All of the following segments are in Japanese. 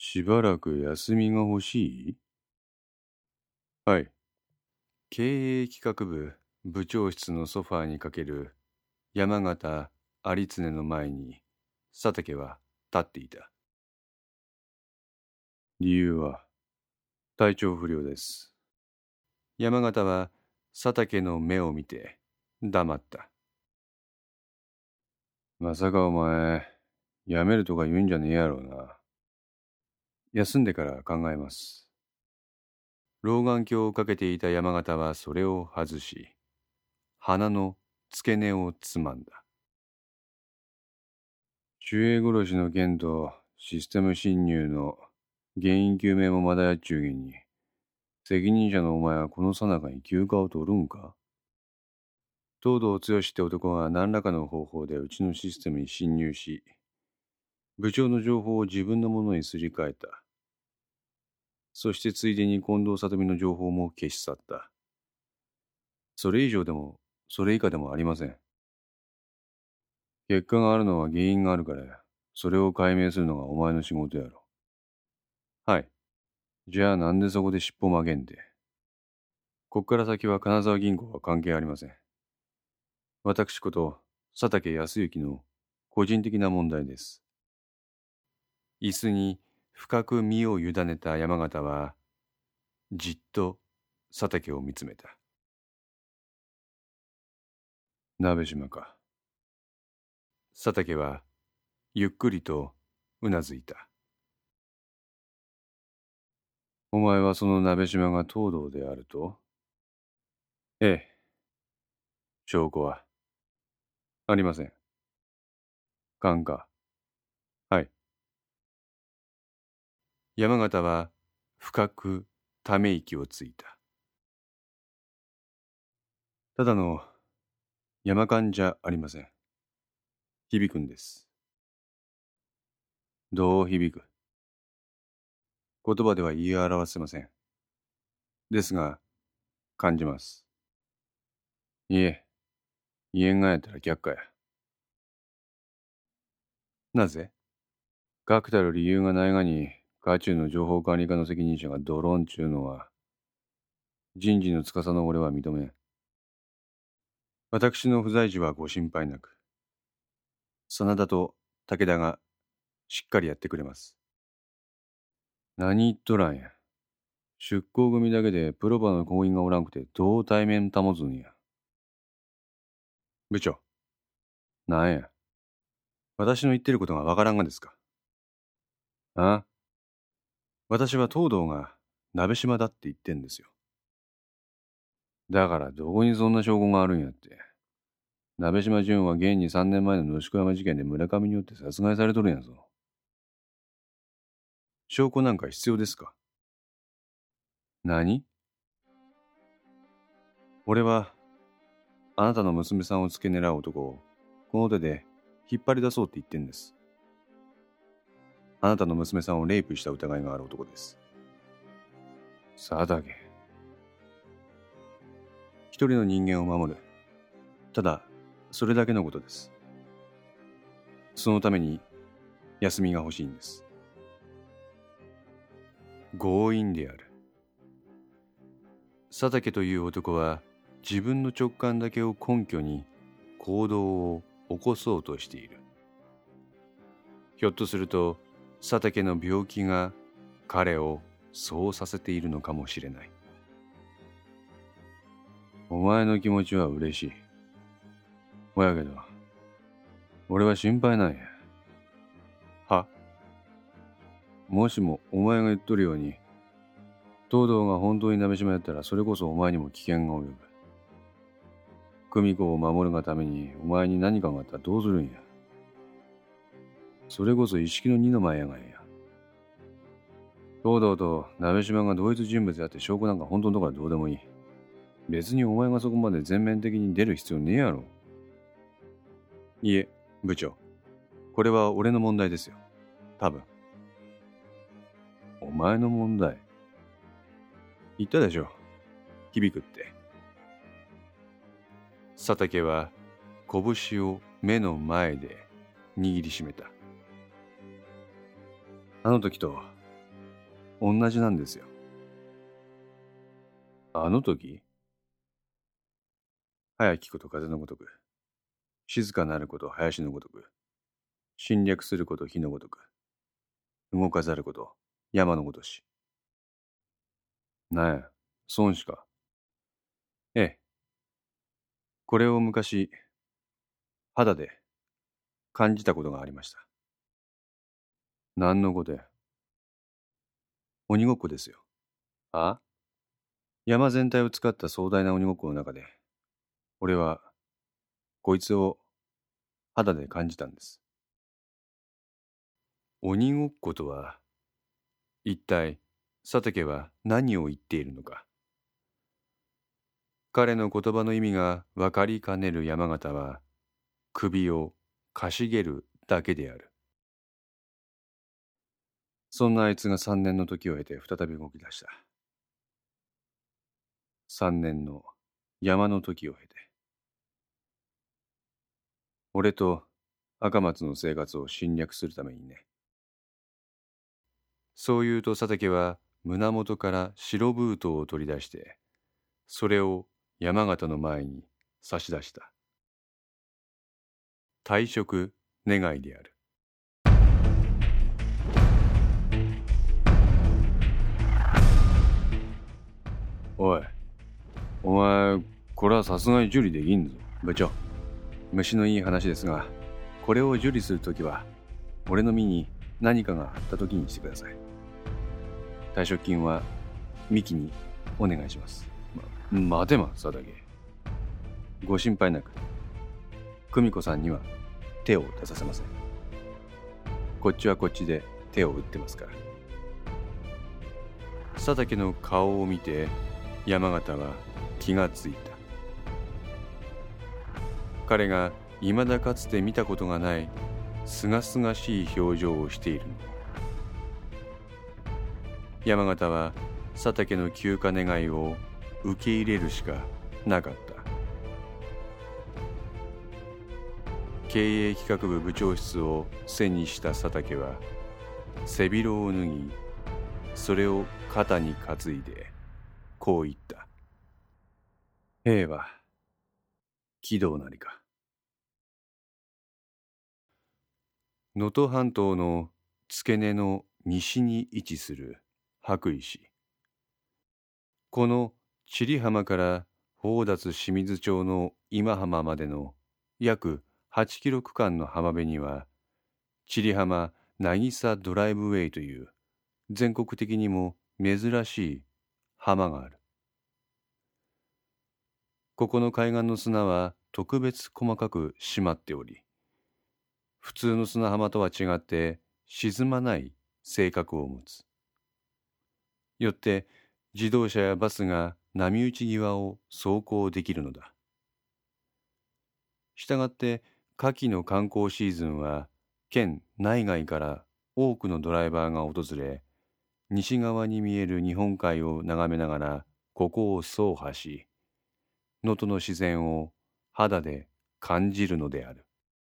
しばらく休みが欲しい？はい。経営企画部部長室のソファーにかける山形有常の前に佐竹は立っていた。理由は体調不良です。山形は佐竹の目を見て黙った。まさかお前、辞めるとか言うんじゃねえやろうな。休んでから考えます。老眼鏡をかけていた山形はそれを外し、鼻の付け根をつまんだ。守衛殺しの件とシステム侵入の原因究明もまだやっちゅうげんに、責任者のお前はこの最中に休暇を取るんか？東堂剛って男が何らかの方法でうちのシステムに侵入し、部長の情報を自分のものにすり替えた。そしてついでに近藤里美の情報も消し去った。それ以上でもそれ以下でもありません。結果があるのは原因があるからや。それを解明するのがお前の仕事やろ。はい。じゃあなんでそこで尻尾曲げんで。こっから先は金沢銀行は関係ありません。私こと佐竹康之の個人的な問題です。椅子に深く身を委ねた山形はじっと佐竹を見つめた。鍋島か。佐竹はゆっくりとうなずいた。お前はその鍋島が東堂であると？ええ。証拠は？ありません。勘か？はい。山形は深くため息をついた。ただの山勘じゃありません。響くんです。どう響く？言葉では言い表せません。ですが、感じます。いえ、言えんがやったら却下や。なぜ？確たる理由がないがに、家中の情報管理課の責任者がドローンちゅうのは、人事の司の俺は認めん。私の不在時はご心配なく、真田と武田がしっかりやってくれます。何言っとらんや。出向組だけでプロバの行員がおらんくてどう対面保つんや。部長、なんや。私の言ってることがわからんがですか？ああ、私は東堂が鍋島だって言ってんですよ。だからどこにそんな証拠があるんやって。鍋島淳は現に3年前の野宿山事件で村上によって殺害されとるんやぞ。証拠なんか必要ですか？何？俺はあなたの娘さんを付け狙う男をこの手で引っ張り出そうって言ってんです。あなたの娘さんをレイプした疑いがある男です。佐竹。一人の人間を守る。ただ、それだけのことです。そのために休みが欲しいんです。強引である。佐竹という男は自分の直感だけを根拠に行動を起こそうとしている。ひょっとすると佐竹の病気が彼をそうさせているのかもしれない。お前の気持ちは嬉しい。ほやけど、俺は心配なんや。は？もしもお前が言っとるように、東堂が本当に鍋島やったらそれこそお前にも危険が及ぶ。久美子を守るがためにお前に何かがあったらどうするんや。それこそ意識の二の前やがんや。東堂と鍋島が同一人物やって証拠なんか本当のところはどうでもいい。別にお前がそこまで全面的に出る必要ねえやろ。いえ、部長。これは俺の問題ですよ。多分。お前の問題？言ったでしょ。響くって。佐竹は拳を目の前で握りしめた。あの時と同じなんですよ。あの時、早きこと風のごとく、静かなること林のごとく、侵略すること火のごとく、動かざること山のごとし。なんや、損しか。ええ、これを昔、肌で感じたことがありました。何のごで、鬼ごっこですよ。あ、山全体を使った壮大な鬼ごっこの中で、俺は、こいつを肌で感じたんです。鬼ごっことは、一体、佐竹は何を言っているのか。彼の言葉の意味が分かりかねる山形は、首をかしげるだけである。そんなあいつが3年の時を経て再び動き出した。3年の山の時を経て。俺と赤松の生活を侵略するためにね。そう言うと佐竹は胸元から白封筒を取り出して、それを山形の前に差し出した。退職願いである。おい、お前、これはさすがに受理できんぞ。部長、虫のいい話ですが、これを受理するときは、俺の身に何かがあったときにしてください。退職金はミキにお願いします。待てま、佐竹。ご心配なく、久美子さんには手を出させません。こっちはこっちで手を打ってますから。佐竹の顔を見て山形は気がついた。彼が未だかつて見たことがない清々しい表情をしているの。山形は佐竹の休暇願いを受け入れるしかなかった。経営企画部部長室を背にした佐竹は背広を脱ぎ、それを肩に担いでこう言った。兵は軌道なりか。能登半島の付け根の西に位置する羽咋市。この千里浜から宝達清水町の今浜までの約8キロ区間の浜辺には、千里浜渚ドライブウェイという全国的にも珍しい浜がある。ここの海岸の砂は特別細かく締まっており、普通の砂浜とは違って沈まない性格を持つ。よって自動車やバスが波打ち際を走行できるのだ。したがって夏季の観光シーズンは県内外から多くのドライバーが訪れ、西側に見える日本海を眺めながらここを走破し、能登の自然を肌で感じるのである。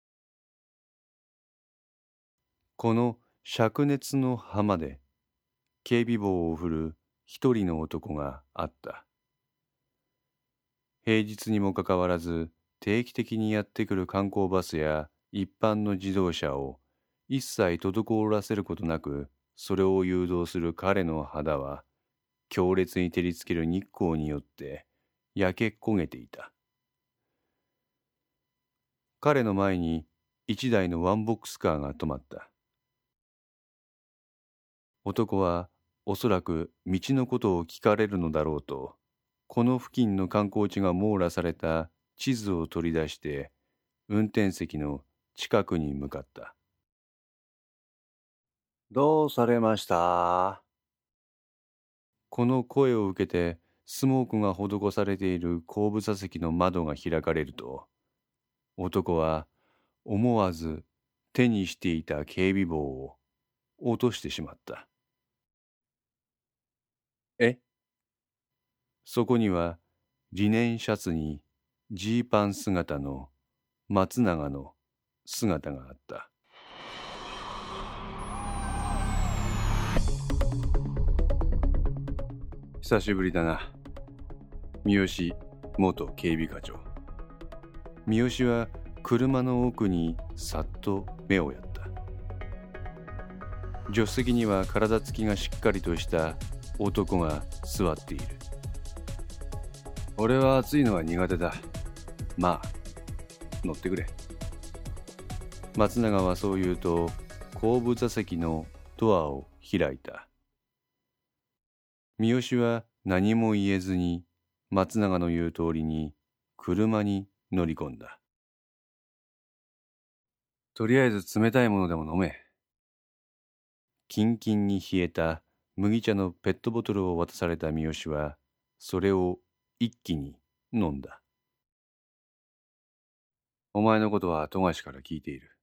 この灼熱の浜で警備棒を振る一人の男があった。平日にもかかわらず定期的にやってくる観光バスや一般の自動車を一切滞らせることなくそれを誘導する彼の肌は強烈に照りつける日光によって焼け焦げていた。彼の前に一台のワンボックスカーが止まった。男はおそらく道のことを聞かれるのだろうと、この付近の観光地が網羅された地図を取り出して運転席の近くに向かった。どうされました？この声を受けてスモークが施されている後部座席の窓が開かれると、男は思わず手にしていた警備棒を落としてしまった。え？そこにはリネンシャツにジーパン姿の松永の姿があった。 久しぶりだな。三好元警備課長。三好は車の奥にさっと目をやった。助手席には体つきがしっかりとした男が座っている。俺は暑いのは苦手だ。まあ、乗ってくれ。松永はそう言うと、後部座席のドアを開いた。三好は何も言えずに、松永の言う通りに車に乗り込んだ。とりあえず冷たいものでも飲め。キンキンに冷えた麦茶のペットボトルを渡された三好は、それを一気に飲んだ。お前のことは富樫から聞いている。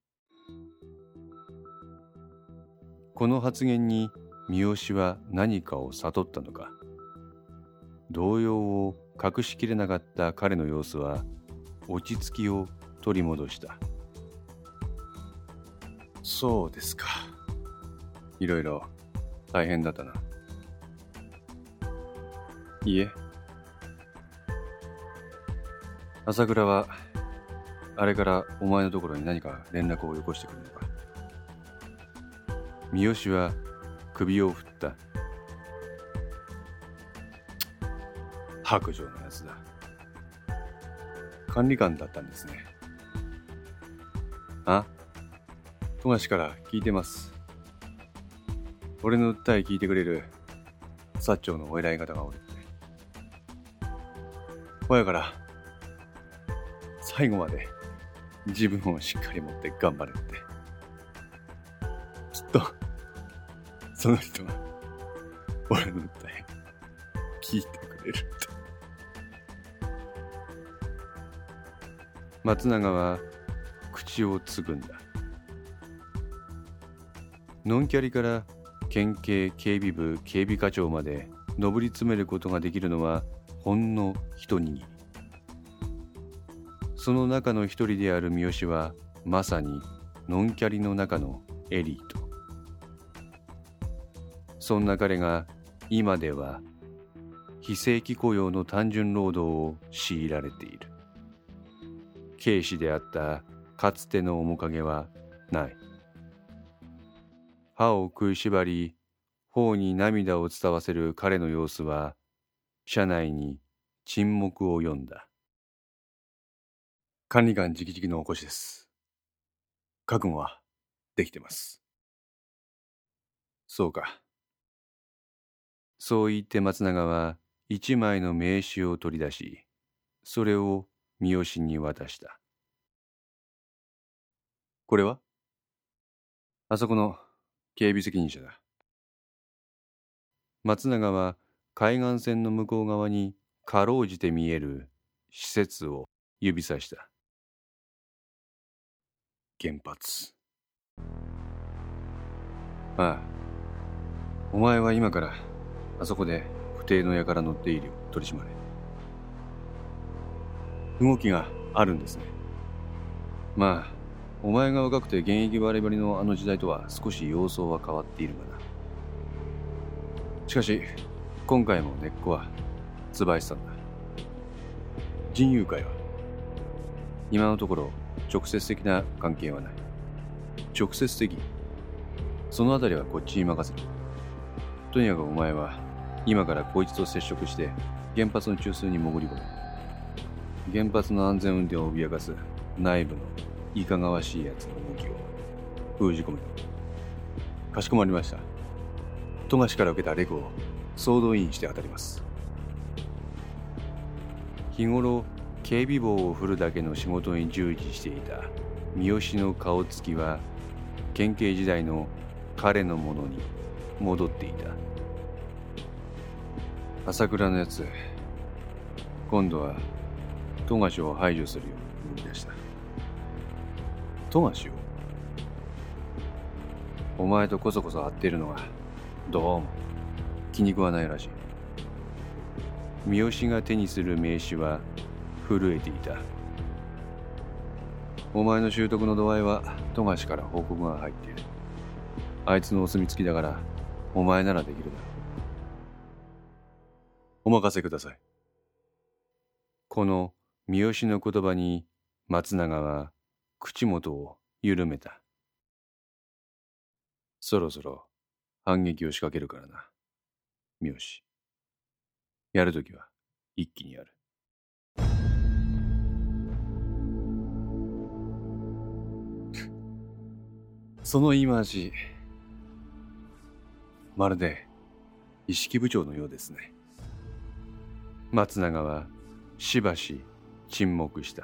この発言に三好は何かを悟ったのか。動揺を隠しきれなかった彼の様子は落ち着きを取り戻した。そうですか。いろいろ大変だったな。いえ。朝倉はあれからお前のところに何か連絡をよこしてくるのか。三好は首を振った。白状のやつだ。管理官だったんですね。あ、富樫から聞いてます。俺の訴え聞いてくれる薩長のお偉い方がおるって。ほやから最後まで自分をしっかり持って頑張れって。きっとその人が俺の訴え聞いてくれるって。松永は口をつぐんだ。ノンキャリから県警警備部警備課長まで上り詰めることができるのはほんの一握り。その中の一人である三好はまさにノンキャリの中のエリート。そんな彼が今では非正規雇用の単純労働を強いられている。警視であったかつての面影はない。歯を食いしばり、頬に涙を伝わせる彼の様子は、車内に沈黙を読んだ。管理官直々のお越しです。覚悟はできてます。そうか。そう言って松永は一枚の名刺を取り出し、それを三好に渡した。これは？あそこの警備責任者だ。松永は海岸線の向こう側にかろうじて見える施設を指さした。原発。ああ。お前は今からあそこで不定の輩の出入りを取り締まれ。動きがあるんですね。まあ、お前が若くて現役バリバリのあの時代とは少し様相は変わっているがな。しかし、今回も根っこは椿さんだ。人友会は今のところ直接的な関係はない。直接的？そのあたりはこっちに任せる。とにかくお前は今からこいつと接触して原発の中枢に潜り込め。原発の安全運転を脅かす内部のいかがわしいやつの動きを封じ込める。かしこまりました。富樫から受けたレクを総動員して当たります。日頃警備棒を振るだけの仕事に従事していた三好の顔つきは県警時代の彼のものに戻っていた。朝倉のやつ、今度は富樫を排除するように動き出した。富樫を？お前とこそこそ会っているのがどうも気に食わないらしい。三好が手にする名刺は震えていた。お前の習得の度合いは富樫から報告が入っている。あいつのお墨付きだからお前ならできるだろお任せください。この三好の言葉に松永は口元を緩めた。そろそろ反撃を仕掛けるからな、三好。やるときは一気にやる。その言い回し、まるで意識部長のようですね。松永はしばし沈黙した。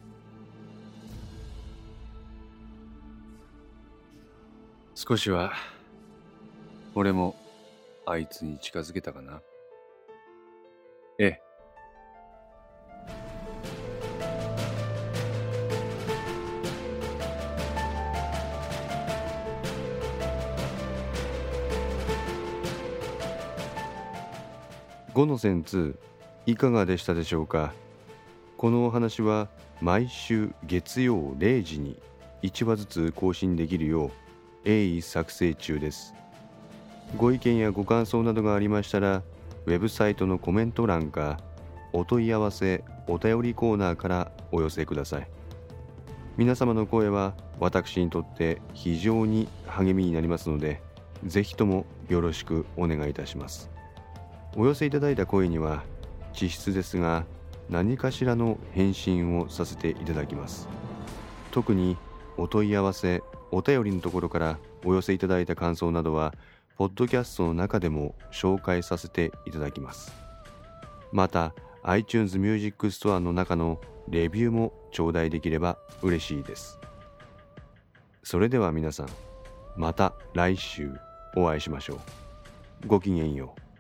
少しは俺もあいつに近づけたかな。ええ。 5の線2いかがでしたでしょうか。このお話は毎週月曜0時に1話ずつ更新できるよう鋭意作成中です。ご意見やご感想などがありましたらウェブサイトのコメント欄かお問い合わせお便りコーナーからお寄せください。皆様の声は私にとって非常に励みになりますので、ぜひともよろしくお願いいたします。お寄せいただいた声には実質ですが何かしらの返信をさせていただきます。特にお問い合わせお便りのところからお寄せいただいた感想などはポッドキャストの中でも紹介させていただきます。また iTunes Music Store の中のレビューも頂戴できれば嬉しいです。それでは皆さん、また来週お会いしましょう。ごきげんよう。